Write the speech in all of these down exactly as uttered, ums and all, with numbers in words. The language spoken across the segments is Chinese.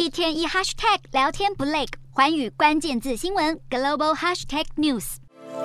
一天一 hashtag 聊天不累，寰宇关键字新闻 global hashtag news。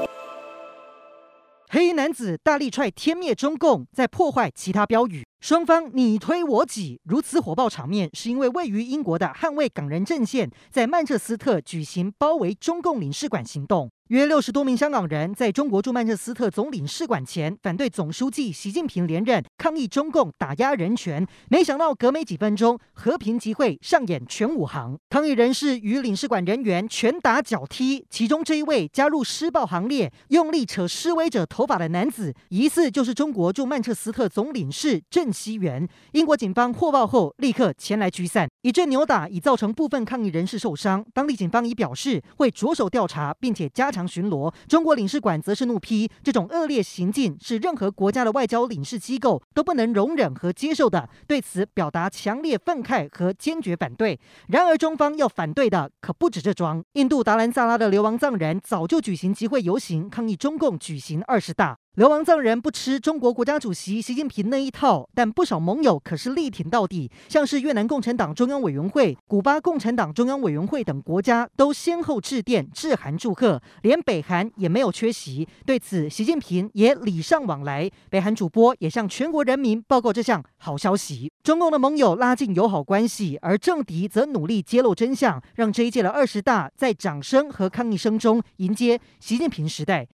黑衣男子大力踹天灭中共，在破坏其他标语。双方你推我挤，如此火爆场面，是因为位于英国的捍卫港人阵线在曼彻斯特举行包围中共领事馆行动。约六十多名香港人在中国驻曼彻斯特总领事馆前反对总书记习近平连任，抗议中共打压人权。没想到隔没几分钟，和平集会上演全武行，抗议人士与领事馆人员拳打脚踢。其中这一位加入施暴行列，用力扯示威者头发的男子，疑似就是中国驻曼彻斯特总领事郑熙元。英国警方获报后，立刻前来驱散。一阵扭打已造成部分抗议人士受伤，当地警方已表示会着手调查，并且加强巡逻。中国领事馆则是怒批这种恶劣行径是任何国家的外交领事机构都不能容忍和接受的，对此表达强烈愤慨和坚决反对。然而中方要反对的可不止这桩。印度达兰萨拉的流亡藏人早就举行集会游行，抗议中共举行二十大。流亡藏人不吃中国国家主席习近平那一套，但不少盟友可是力挺到底，像是越南共产党中央委员会、古巴共产党中央委员会等国家都先后致电致函祝贺，连北韩也没有缺席。对此，习近平也礼尚往来，北韩主播也向全国人民报告这项好消息。中共的盟友拉近友好关系，而政敌则努力揭露真相，让这一届的二十大在掌声和抗议声中迎接习近平时代。